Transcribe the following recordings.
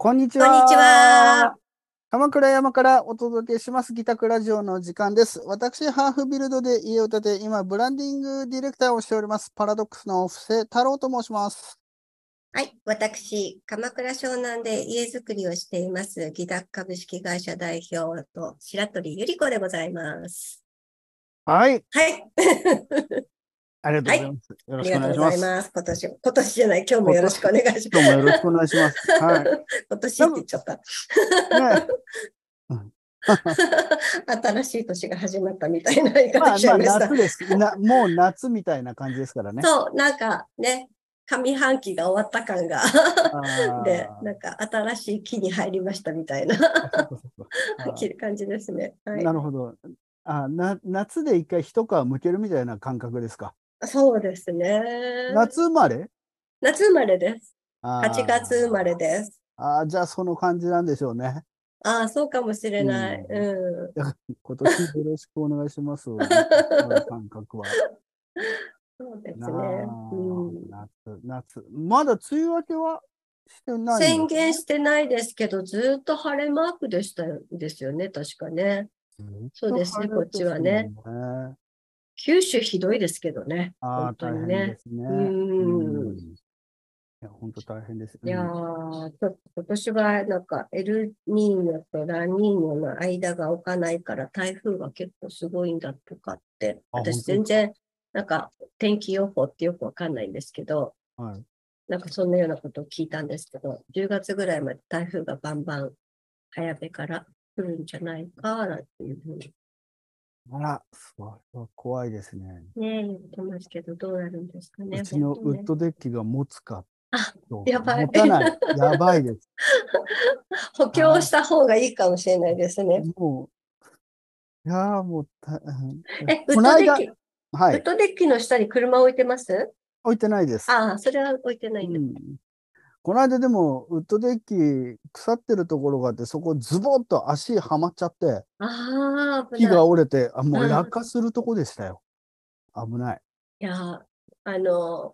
こんにちこんにちは。 は。鎌倉山からお届けしますギタクラジオの時間です。私、ハーフビルドで家を建て、今、ブランディングディレクターをしております。パラドックスの布施太郎と申します。 はい。私、鎌倉湘南で家づくりをしています。ギタック株式会社代表と白鳥ゆり子でございます。 はい。 はい。 ありがとうはい。 ございます。よろしくおありがとうご願いします。 ざいます。今年じゃない、今日もよろしくお願いし今日もよろしくおます。 願いします。はい。 今年ってなんか言っちゃった。 ね。うん。 新しい年が始まったみたいな言い方しちゃまあ、 いました。 夏です。もう夏みたいな感じですからね。 そう、なんかね、上半期が終わった感がで、 あなんか新しい期に入りましたみたいなそっかそっか。 感じですね。はい。 なるほど。夏で一回一皮むけるみたいな感覚ですか。 そうですね。 夏生まれ。 夏生まれです。8月生まれあです。 じゃあその感じなんでしょうね。 ああ、そうかもしれうない。 ん。 うん。 今年よろしくお願いします。ギターの感覚は。 そうですね。うなあ、 ん。 夏。まだ梅雨明けはしてないんで宣すね。 言してないですけど、ずっと晴れマークでしたですよね、確かね。 ずっとそうですね、こっ晴れでちはね。 すもんね。 九州ひどいですけどね、本当大にね。 変ですね。 ううん。 ん。いや、本当大変です。 いやうん。 ー、ちょっと今年はなんかエルニーニョとラニーニョの間が置かないから台風が結構すごいんだとかって、 本私当ですか。 全然なんか天気予報ってよくわかんないんですけど、 はい。 なんかそんなようなことを聞いたんですけど、10月ぐらいまで台風がバンバン早めから来るんじゃないかなんていうふうにあら、それは怖いですね。 ね、言ってますけど、どうなるんですかね、 うちの本当ね。 ウッドデッキが持つかあ、 どうか。 やばい。 持たない。やばいです。 補強した方がいいかもしれないですね。 ももうウッこの間、 ドデッキ、 はい、 ウッドデッキの下に車置いてます？ 置いてないです。 ああ、それは置いてないんだ。 うん。この間でも、ウッドデッキ腐ってるところがあって、そこズボッと足はまっちゃって、 ああ、危木ない。 が折れて、もう落うん。 下するとこでしたよ。危ない。 いやー、あの、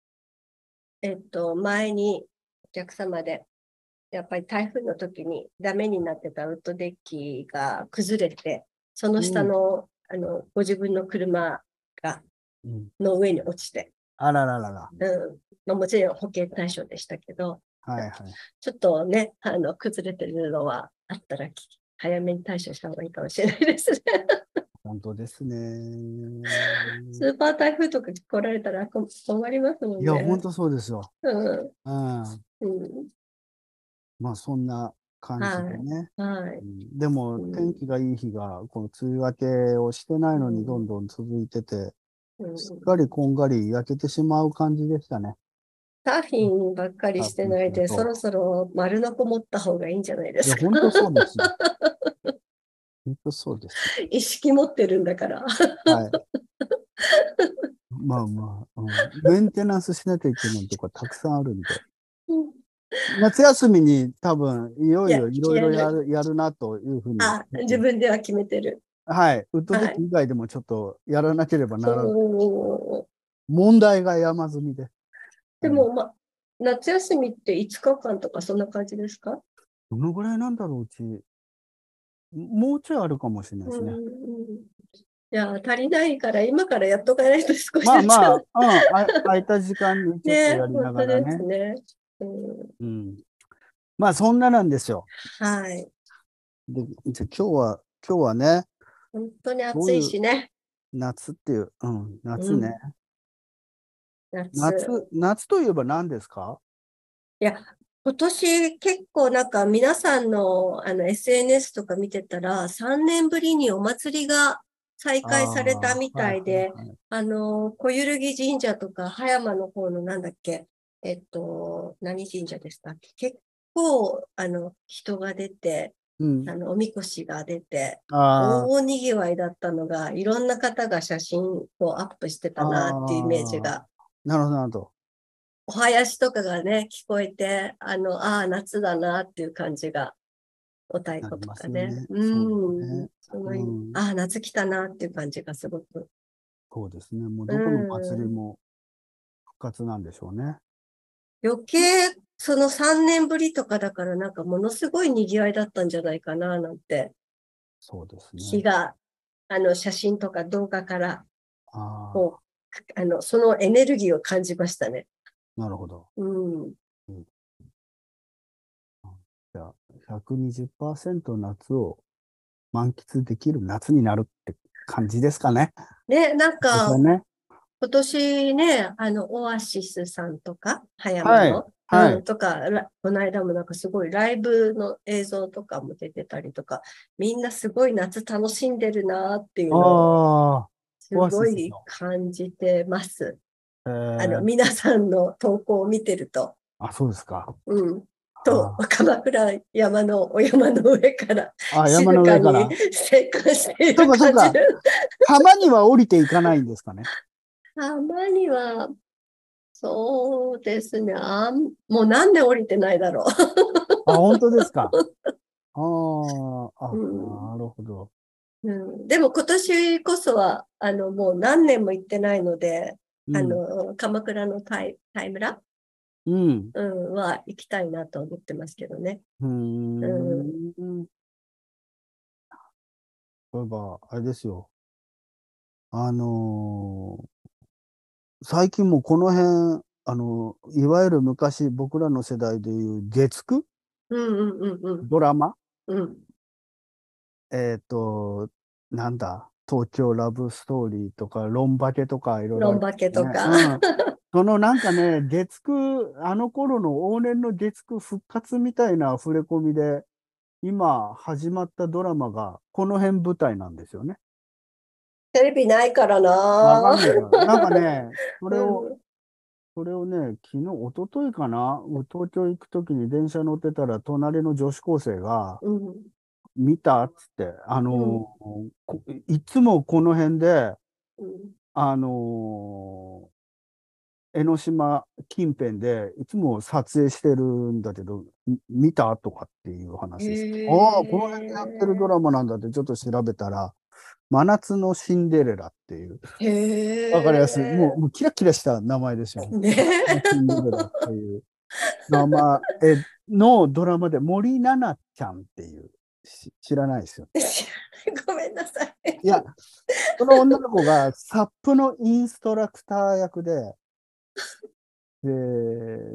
前にお客様で、やっぱり台風の時にダメになってたウッドデッキが崩れて、そのうん。 下の、ご自分の車が、 うん。 の上に落ちて、 あらららら。 うん。まあもちろん保険対象でしたけど、 はいはい。 ちょっとね、崩れてるのはあったら、早めに対処した方がいいかもしれないですね。 本当ですね。 スーパー台風とか来られたら困りますもいや、 んね。 本当そうですよ。 うん。 うん。 うん。 まあ、そんな感じではい。 ね。 はい。 うん、でも、 うん。 天気がいい日が、この梅雨明けをしてないのにどんうん。 どん続いてて、 うすっかりん。 こんがり焼けてしまう感じでしたね。 サーフィンばっかり多してないで、そろ分すると。 そろ丸のこ持った方がいいんじゃないでいや、 すか。 本当そうですよ。本当そうです。 意識持ってるんだから。 はい。まあまあ、うん。メンテナンスしなきゃいけないとかたくさんあるんで。夏休みに多分、いよいや、 いよいろいろやるなというふうに。 自分では決めてる。 はい。ウッドデッはい。 キ以外でもちょっとやらなければならない。 おー。 問題が山積みで。 でも、夏休みって5日間とかそんな感じですか？ どのぐらいなんだろう、うち。もうちょいあるかもしれないでうすね。 ん。いや、足りないから今からやっとかないと少しずつ。 まあまあ、空いた時間にちょっとやね、 りな本当ですがらね。 ね。うん、 うん。まあ、そんななんですよ。 はい。 で、今日はね、 本当に暑いどういうしね。 夏っていう、夏ね。 うん、夏。 夏といえば何ですか？ いや、今年結構なんか皆さんのSNS とか見てたら3年ぶりにお祭りが再あ開されたあ、 みはいはたいで、 いはい。 小揺神社とか葉山の方のなんだっけ、何神社でしたっけ？結構、人が出て、 うん。 おみこしが出て、 あ大にぎわいだったのが、いろんな方が写真をアップしてたなっていうイメージあ、 が、 なるほど、なるほど。 お囃子とかがね、聞こえて、夏だなっていう感じが、お太鼓となりまかね。 すよね。そうですうん。 ね。うん。 夏来たなっていう感じがすごく。 そうですね。もううどこの祭りん。 も復活なんでしょうね。 余計その3年ぶりとかだからなんかものすごい賑わいだったんじゃないかななんてそうですね。 気が、写真とか動画からこあそのエネルギーを感じましたね。 あ、なるほど。 うん。 うん、じゃあ、120%夏を満喫できる夏になるって感じですかね。 ね、なんか、 ですよね。 今年ね、オアシスさんとか、葉山はい、 の、 はい。 とか、この間もなんかすごいライブの映像とかも出てたりとか、みんなすごい夏楽しんでるなっていうのをああ、 すオアごいシスの。 感じてます。 ー、 皆さんの投稿を見てると。 あ、そうですか。 うん。と、 あ鎌倉山のお山の上からあ、山の静かに上から。 生活していそうか、そうる感じか。浜には降りていかないんですかね。 たまには、そうですね。もう何年降りてないだろあ、本当ですか。ああ、 う。 あ、 うんなるほど。 うん、でも今年こそは、もう何年も行ってないので、 うん、 鎌倉のタイ村、 うん。 うん、は行きたいなと思ってますけどね。 うーうん。 ん。そういえば、あれですよ。あのー最近もこの辺、いわゆる昔僕らの世代でいう月9 うんうんうんうん。 ドラマ、 うん。 えっと、なんだ、東京ラブストーリーとか、ロンバケとかいろいろありロンバケますね。 とか。 うん。そのなんかね、月9、あの頃の往年の月9復活みたいな触れ込みで、今始まったドラマがこの辺舞台なんですよね。 テレビないからわかな。 んないから。なんかね、それを、 うん。 それをね、昨日、一昨日かな、東京行くときに電車乗ってたら、隣の女子高生が、 うん。 見たっつって、 うん。 いつもこの辺で、 うん。 あの江ノ島近辺で、いつも撮影してるんだけど、見たとかっていうへ話して、ああ、この辺でやってるドラえ。 マなんだってちょっと調べたら、真夏のシンデレラっていう、 へわかりやすい。 え。 もうキラキラした名前ですよね。 ね真夏のシンデレラっていう名前のドラマで森七菜ちゃんっていう、知らないですよ。 え。ごめんなさい。 いや、その女の子がサップのインストラクター役で、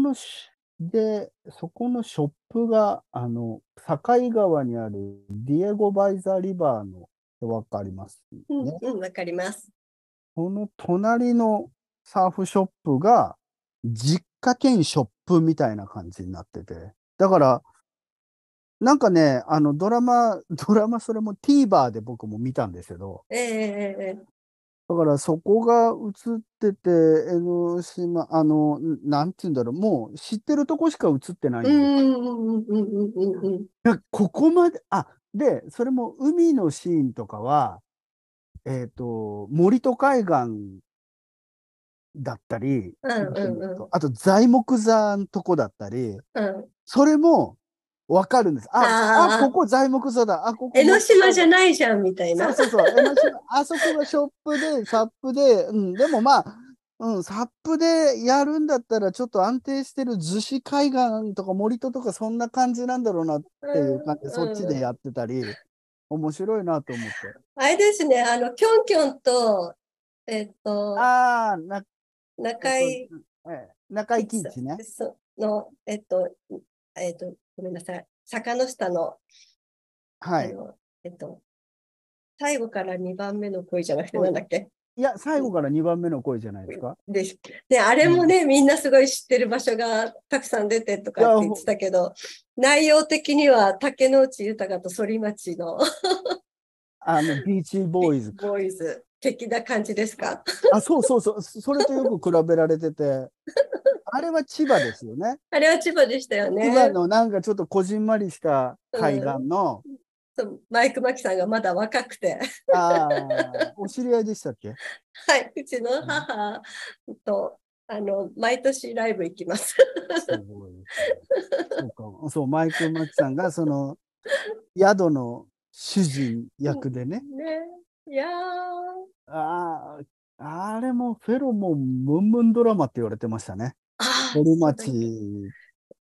そこのショップが、境川にあるディエゴ・バイザ・リバーの、わかりますね。 うん、うん、わかります。 この隣のサーフショップが、実家兼ショップみたいな感じになってて。だから、なんかね、ドラマそれも TVer で僕も見たんですけど、 ええ。 だからそこが映ってて、江ノ島、なんて言うんだろう、もう知ってるとこしか映ってなうん、 いんで、 うん、うん、うん、うん、うん。うん。 ここまで、で、それも海のシーンとかは、森と海岸だったり、 うん、 見てみうん、 ると、あと材木座のとこだったり、 うん。 それもわかるんです。こああ、 こ材木座だ。ここ江ノ森と海岸。 島じゃないじゃん、みたいな。 そうそうそう。江ノ島、あそこがショップで、サップで、でもまあ、サップでやるんだったら、ちょっと安定してる逗子海岸とか森戸とか、そんな感じなんだろうなっていう感じで、そっちうん、うん。 でやってたり、面白いなと思って。 あれですね、キョンキョンと、えっと、 ああ、えっと、 中井中井貴一さん貴一ね。 の、ごめんなさい、坂の下の、 はい。 あの、えっと、最後から2番目の恋じゃなくてそう、 なんだっけ。 いや、最後から2番目の恋じゃないですか。 です。で、あれうん。 もね、みんなすごい知ってる場所がたくさん出てといや、 かって言ってたけど、内容的には竹野内豊と反町のビーチボーイズか。 ボーイズ的な感じですか？ そうそうそう。それとよく比べられてて、あれは千葉ですよね。 あれは千葉でしたよ千葉ね。 のなんかちょっっとこじんまりした海岸うん。 の、 そう、マイク・マキさんがまだ若くて。 お知り合いでしたっけ？ はい、うちのうん、 母と、毎年ライブ行きます。 すごいですね。そうか。そう、マイク・マキさんがその宿の主人役でね。 ね。いやー、 ああれもフェロモンムンムンドラマって言われてましたね。 ああ、 堀町そうだっけ。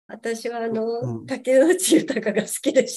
私はうん。 竹野内豊が好きでした。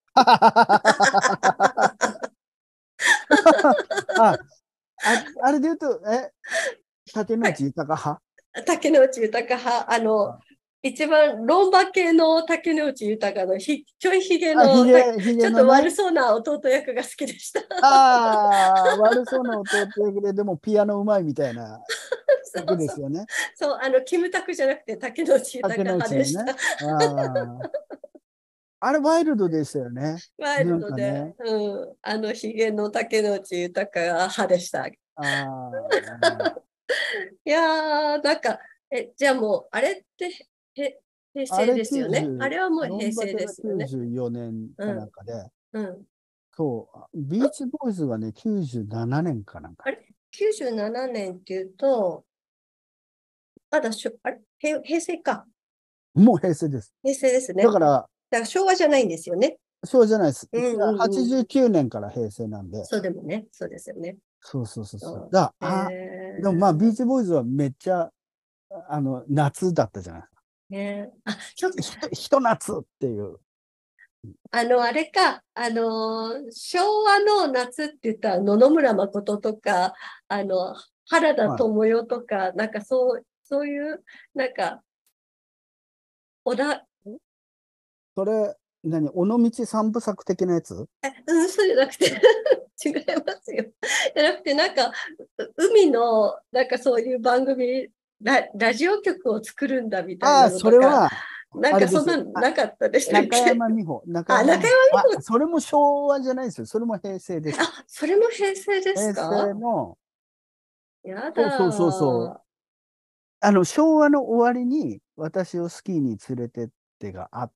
あ、あれで言うと、竹野内豊派？ 竹野内豊派、一番ロンバ系の竹野内豊のちょいひげあ、 のひちょっと悪げのね。 そうな弟役が好きでした。 ああ、悪そうな弟役で、でもピアノうまいみたいな役そうそう。 ですよね。 そう、キムタクじゃなくて竹野内豊竹之派でした。 内のね。ああ。あれワイルドでしたよね。 ワイルなんドで、 かね。 ひげの竹野内豊派でした。いああ。 やー、なんか、じゃあもう、あれってへ平成あれですよね。あ 90、 れはもうロンバ平成ケがですよね。 94年かなんうん、 かで、 うん。 そう、ビーチボーイズがね、97年かなんか。 あれ ?97 年っていうと、まだあれ平成か。 もう平成です。 平成ですね。 だから、 だから昭和じゃないんですよね。 昭和じゃないです。 うんうんうん。 89年から平成なんで。 そうでもね。そうですよね。 そうそうそうそう。 そう。 でもまあ、ビーチボーイズはめっちゃ、夏だったじゃないですか。 あ、そっか。 ひと夏っていう。 あれか。昭和の夏って言ったら野々村誠とか、原田はい。 知世とか、なんかそういう、なんか、小田、 それ、尾道三部作的なやつ？ そうじゃなくて違いますよ。じゃなくて、なんか、海の、なんかそういう番組、ラジオ局を作るんだみたいああ、 なのとか、 それは、 なんかそんなあれです。 のなかったでしたっ中け？ 山美穂。中あ、 山美穂。 中山美穂。 それも昭和じゃないですよ。それも平成です。 あ、それも平成です平成か？ の、 やだそうそうそうそう。 ー。 昭和の終わりに、私をスキーに連れてってがあって、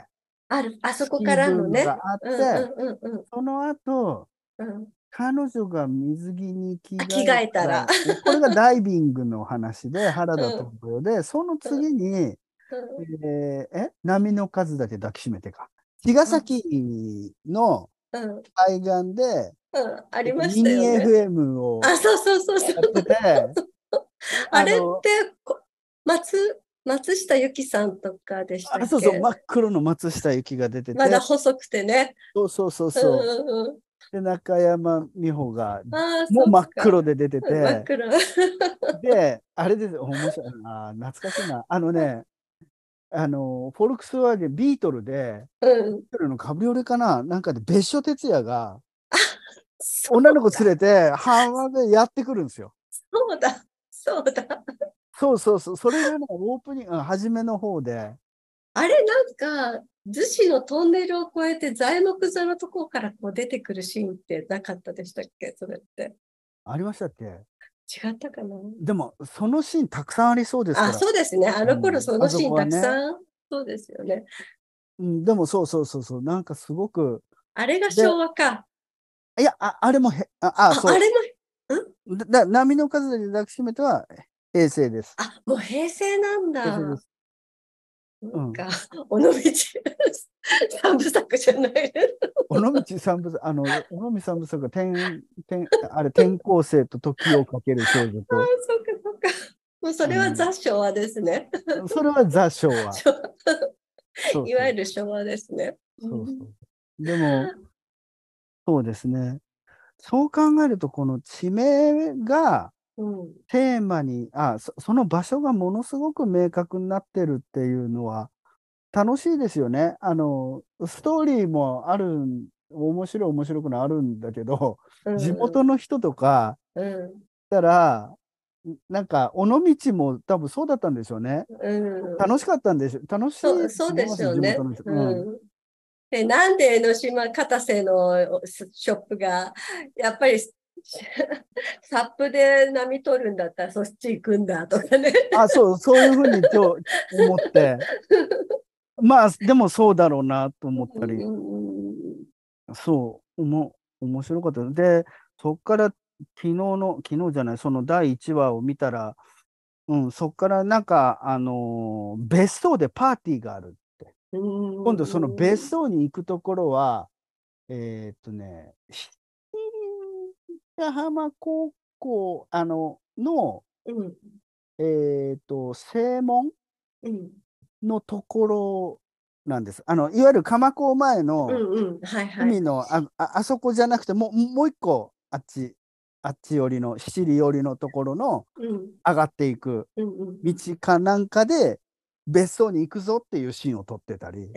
あそこかスキーブーらのね。 ムがあっうんて、 うんうんうんその後、 うん。 彼女が水着に着着替えたら、 替えたら。 これがダイビングの話で、原田知うん世で、そのうん次に、 うん波の数だけ抱きしめてか。茅ヶ崎のうん海岸で、 ありましミニたよね。 FM をあ、そうそうそうそう。 やってて、 あれって松下由樹さんとかでしたっそうそう、 け？ 真っ黒の松下由紀が出てまだて、 細くてね。 そうそうそううそう。 んうんうん。 で、中山美穂が、 ああ、 もう真っそっか。 黒で出てて、 真っ黒。 で、あれです、面白いな、懐かしいな。フォルクスワーゲン、ビートルで、 うん。 ビートルのカブリオレかななんかで別所哲也が女の子そうだ。 連れて、浜でやってくるんですよ。 そうだ。そうだ。 そうそうそう。それがね、オープニング、初めの方で、 あれなんか、逗子のトンネルを越えて材木座のところからこう出てくるシーンってなかったでしたっけ？それって。 ありましたっけ？ 違ったかな？ でも、そのシーンたくさんありそうですかあ、 ら。 そうですね。あの頃うん。あそそのシーンたこはね。 くさん、そうですよね。 うん、でも、そうそうそうそう。なんかすごく、 あれがで、 昭和か。 いや、あれもあそれも、 波の数で抱きしめては平成です。 もう平成なんだ。 平成です。うん。 なんか、尾道三部作じゃない。 尾道三部作、尾道三部作が転校生と時をかける少女と、 そっかそっか。もうそれはうん、 ザ昭和ですね。 それはザ昭和。そういわゆそう。 る昭和ですね。うん、 そうそう。でも、そうですね。そう考えると、この地名がうん、 テーマに、その場所がものすごく明確になってるっていうのは楽しいですよね。ストーリーも面白くのあるんだけど、 う地元ん、 の人とか、 うん、 たら、なんか、尾道も多分そうだったんでしょうね。 うん。 楽しかったんでしょ。楽しいとそうで思いますよ、 しょうね。 地元の人。うん。 うん。なんで江ノ島片瀬のショップが、やっぱりサップで波取るんだったらそっち行くんだとかね。 そういうふうに今日思って、まあ、でもそうだろうなと思ったり、面白かった。で、そっから昨日じゃない、その第1話を見たら、そっからなんか、別荘でパーティーがあるって。 う今度その別ん。 荘に行くところは、七ヶ浜高校、の、 うん。 正門うん。 のところなんです。いわゆる蒲港前うんのうん。はいはい。 海のあそこじゃなくて、もう一個あっち寄りの、七里寄りのところのうん。 上がっていくうんうん。 道かなんかで別荘に行くぞっていうシーンを撮ってたり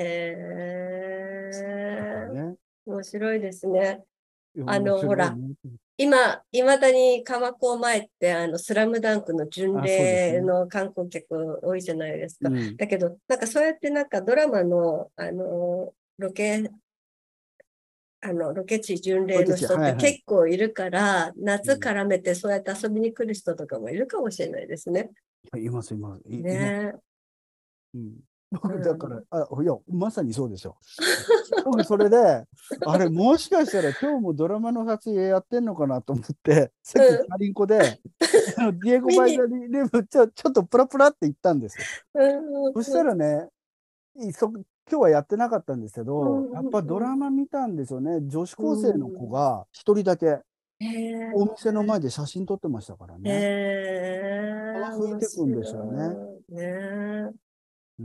とかえね。 面白いですね。 いや面ほら、 白いね。 いまだに蒲港前って、スラムダンクの巡あ、そうですね。 礼の観光客多いじゃないですか。 うん。 だけど、なんかそうやってなんかドラマの、ロケ地巡礼ロケ地、 の人ってはいはい。 結構いるから、夏うん、 絡めてそうやって遊びに来る人とかもいるかもしれないですね。 います、います、います。 ねうん、 え。う僕、だから、 ん。 いや、まさにそうでしょ。僕、それで、あれ、もしかしたら今日もドラマの撮影やってんのかなと思って、さっきチうん。 ャリンコで、ディエゴ・バイザ見に、 リー・レブ、ちょっとプラプラって行ったんですよ。そしたうんらね、今日はやってなかったんですけど、やっうんぱドラうんマ見たんですよね。女子う高生の子ん。 が一人だけへお店の前え、 で写真撮ってましたからへね。そのえ、面雰囲気くんですよね。 白いね。 うん。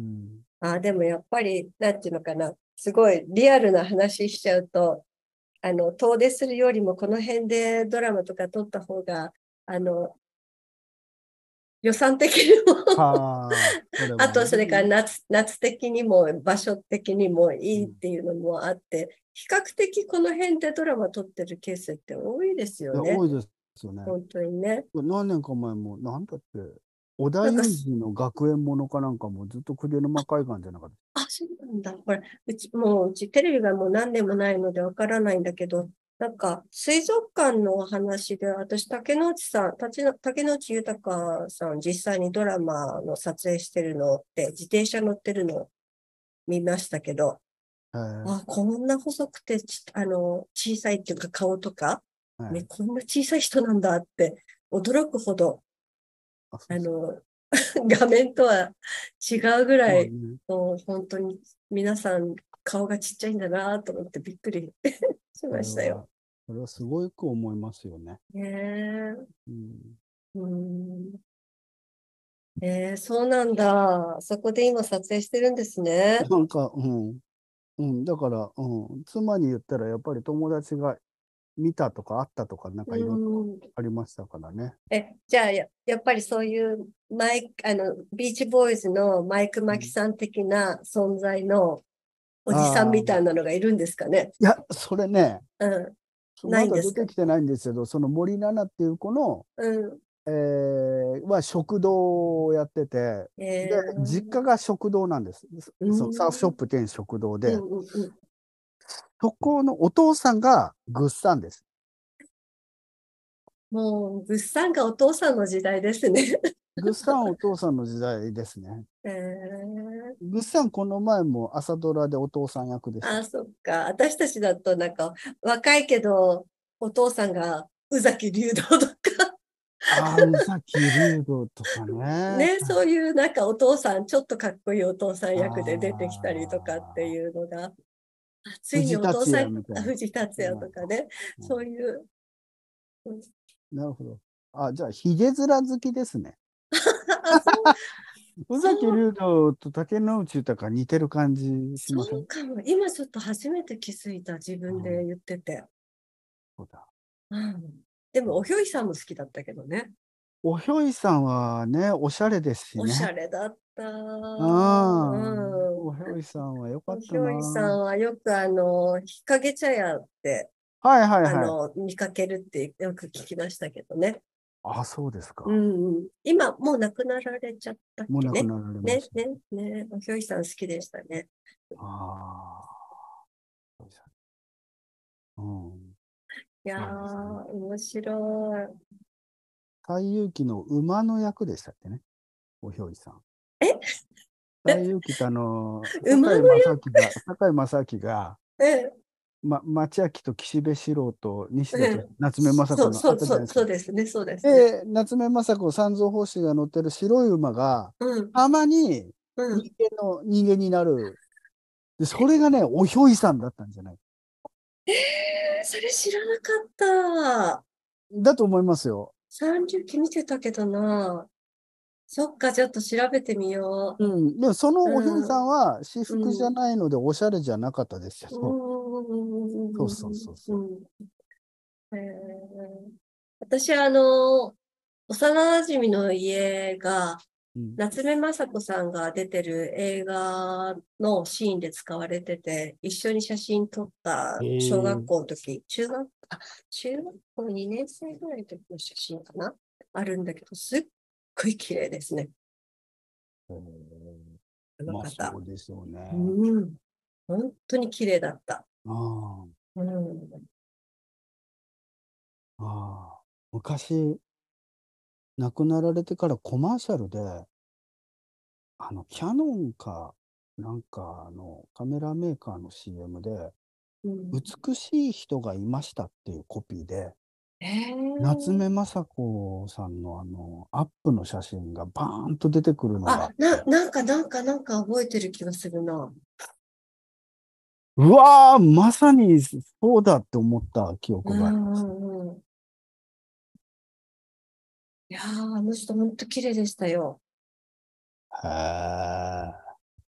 でもやっぱり、なんていうのかな、すごいリアルな話しちゃうと、遠出するよりもこの辺でドラマとか撮った方が、あの、予算的にもはあ、それあと、 もあるそれからね。 夏的にも場所的にもいいっうん。 ていうのもあって、比較的この辺でドラマ撮ってるケースって多いですよいや、 ね。 多いですよね。 本当にね。 何年か前も、なんだって、織田なんか裕二の学園ものかなんかもずっと栗沼海岸じゃなかった。 そうなんだ。これ、うちテレビがもう何年もないのでわからないんだけど、なんか、水族館のお話で、私、竹野内豊さん、実際にドラマの撮影してるのって、自転車乗ってるのを見ましたけど、 へえ、 こんな細くて小さいっていうか顔とか、ね、 はい。 こんな小さい人なんだって驚くほど、 あ、そうです。 あの、画面とは違うぐらい、 まあね。 もう本当に皆さん顔がちっちゃいんだなと思ってびっくりしそましたよ。 れは、それはすごく思いますよね。 ねえ。 うん。 うん。そうなんだ。そこで今撮影してるんですね。 なんか、うん。うん。だから、うん。妻に言ったら、やっぱり友達が見たとかあったとか、なんうかいろいろん。 ありましたからね。 じゃあやっぱりそういうビーチボーイズのマイク・うん。 マキさん的な存在のおじさんみたいああ、 なのがいるんですかね。 いや、それね、 うん。なまいんですか。 だ出てきてないんですけど、その森七菜っていう子の、 うん。 は食堂をやってて、で、実ー、 家が食堂なんです。 うそのサーフショッん。 プ兼食堂うんで、 うんうん。 そこのお父さんがグッサンです。 もう、物産がお父さんの時代ですね。 グッサンお父さんの時代ですね。 ー、 グッサンこの前も朝ドラでお父さん役でした。 そっか。私たちだとなんか、若いけど、お父さんが宇崎竜童とか、 ああ、宇崎竜童とかね。 ね、そういうなんかお父さん、ちょっとかっこいいお父さん役で出てきたりとかってああ、 いうのが、ついに藤お父さん、 達也みたいな。 藤達也とかね、 うん、 そういう、 なるほど。あ、じゃあ、ヒゲ面好きですね。 そう、 宇崎そう、 竜童と竹野内豊似てる感じしません？ そうかも。今ちょっと初めて気づいた、自分でうん、 言ってて。 そうだ。 うん、でも、おひょいさんも好きだったけどね。 おひょいさんはね、おしゃれですしおしね。 ゃれだった。 うん。 うん。 おひょいさんは良かおったひょいさな。 んはよく日陰茶屋ってはいはいはい。 見かけるってよく聞きましたけどね。 あ、そうですうか。 んうん。今もう亡くなられちゃったっもう亡くけね。 なられまね、 した。 ね、ね。おひょいさん好きでしたね。 ああ。うん。 いやー、 そうですね。 面白い。 西遊記の馬の役でしたっけね。おひょいさん。 え、 西遊記って馬のや、 堺正明が、 え、 町明と岸辺四郎と西田と夏目雅子のあったじゃないですか。 そうですね、そうですね。 で、夏目雅子、三蔵法師が乗ってる白い馬が、 うん、 たまにうん。 人間になる。で、それがね、おひょいさんだったんじゃないそれ知らなかった。 だと思いますよ。 30期見てたけどな。 そっか、ちょっと調べてみようん。でもそのう。 お遍うん。 さんは私う服じゃん。 ないのでおしゃれじゃなかったですけうど、そうん。 そうそうそう。 うん。私は幼馴染の家が、 うん。 夏目雅子さんが出てる映画のシーンで使われてて、一緒に写真撮った小学ええ校の時、中学校2年生ぐらいの時の写真かなあるんだけど、すっごい綺麗ですね、あのまあそ方。 うでしょうね。 うん。本当に綺麗だった。 ああ、 うん。 ああ。昔、亡くなられてからコマーシャルで、キャノンか、なんかカメラメーカーの CM で、 うん。 美しい人がいましたっていうコピーで、夏ええ目雅子さんのアップの写真がバーンと出てくるのがああ、 って、 なんか覚えてる気がするな。 うわー、まさにそうだって思った記憶がありうんうますね。 んうん。いやー、あの人本当綺麗でしたよ。 へえ。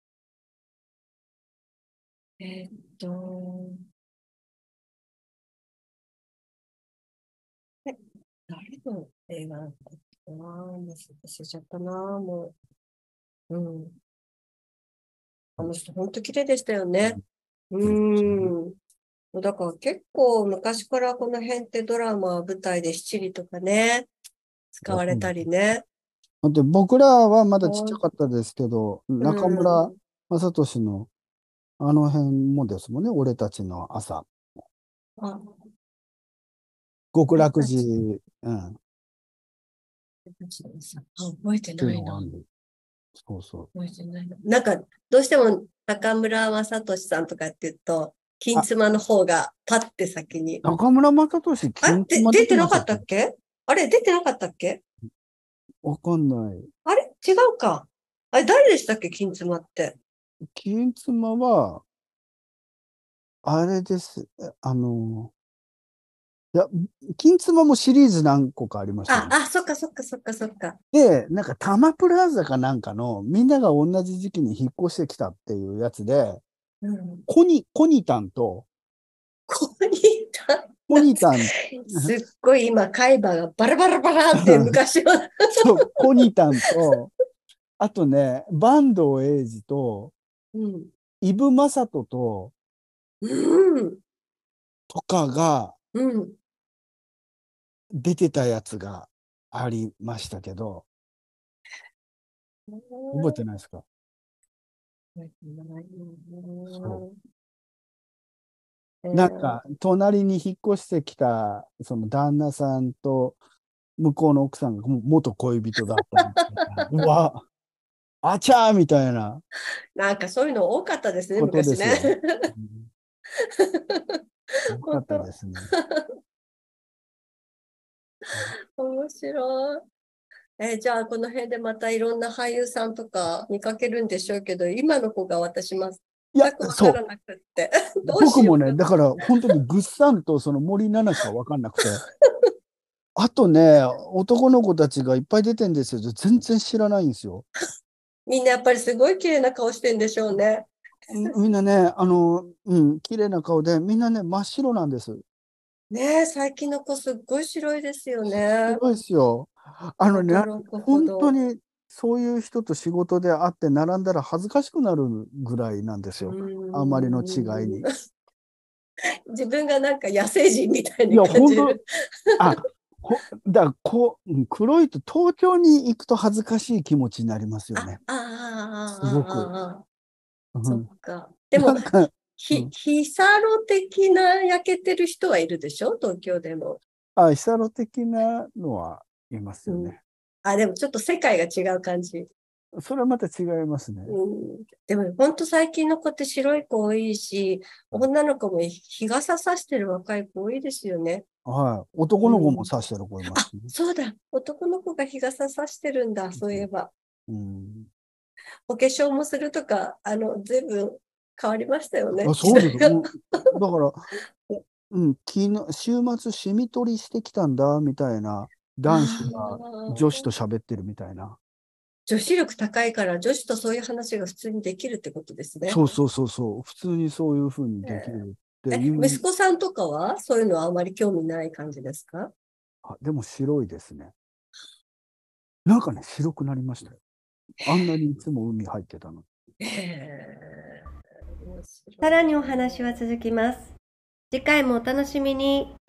えーっと、え、誰の映画だったっけな、もう忘れちゃったな、もう。うん。あの人本当綺麗でしたよね。うそうですね。 ん。だから結構昔からこの辺ってドラマ、舞台で七里とかね、 いや、 使われたそうです。 りね。 だって僕らはまだちっちゃほんかったですけど、 う中村ん。 雅俊のあの辺もですもんね、俺たちの朝。 あ、 極楽寺、 俺たち、 うん、っ俺たちのさ、あ、覚えてていうないな。 のがあるんで。そうそう。 覚えてないな。なんか、どうしても中村雅俊さんとかって言うと、金あ、 妻の方がパッて先に。 中村雅俊、金で、 妻出出てなかてましたっけ？ ったっけ？あれ、出てなかったっけ？ わかんない。 あれ違うか。あれ、誰でしたっけ金妻って。 金妻は、あれです。いや、金妻もシリーズ何個かありましたよね。 そっかそっかそっかそっか。 で、なんかタマプラザかなんかの、みんなが同じ時期に引っ越してきたっていうやつで、 うん。 コニタンと、 ここにいた。 コニタン、 すっごい今、海馬がバラバラバラって昔は。 そう、コニタンと、あとね、坂東栄治と、 うん。 イブ・マサトと、 うん。 とかがうん。 出てたやつがありましたけど、覚えてないですか？そなんか、隣に引っ越してきた、その旦那さんと、向こうの奥さんが元恋人だったみたいな。うわ、あちゃーみたいななんかそういうの多かったですね、 ことで昔ね。 すよ。うん、よかったで本当、 すね。 面白い。じゃあ、この辺でまたいろんな俳優さんとか見かけるんでしょうけど、今の子が私いや、 全くわかそう。 らなくって、どう僕もね、 しようか。 だから本当にぐっさんとその森七菜しかわかんなくて。あとね、男の子たちがいっぱい出てんですよ。全然知らないんですよ。 みんなやっぱりすごい綺麗な顔してんでしょうね。 みんなね、綺麗な顔で、みんなね、真っ白なんです。 ねえ、最近の子すっごい白いですよね。 白いですよ。ね、 驚くほ本当ど。 にそういう人と仕事で会って並んだら恥ずかしくなるぐらいなんですうよ。あまりの違いーん。 に。 自分がなんか野生人みたいにいや、本当、 感じる。 あ、だから黒いと東京に行くと恥ずかしい気持ちになりますよね。すごく。 そっうん、 か。でも、 なんか、うん、 ヒサロ的な焼けてる人はいるでしょ東京でも。 ヒサロ的なのはいますうん。 よね。 でもちょっと世界が違う感じ。 それはまた違いますね。 うん。でも、本当最近の子って白い子多いし、女の子も日傘さしてる若い子多いですよね。 はい。男の子もうん。 刺してる子いますしね。 そうだ。男の子が日傘さしてるんだ。そういえば。 うん。 お化粧もするとか、随分変わりましたよね。時そうです。 代が。 だから、昨日、週末、シミ取りしてきたんだ、みたいな、男子があ女子と喋ってるみたいな。 女子力高いから女子とそういう話が普通にできるってことですね。 そうそうそうそう。普通にそういうふうにできるっていう。 息子さんとかはそういうのはあまり興味ない感じですか？ でも白いですね。なんかね、白くなりましたよ。あんなにいつも海入ってたの。 さらにお話は続きます。次回もお楽しみに。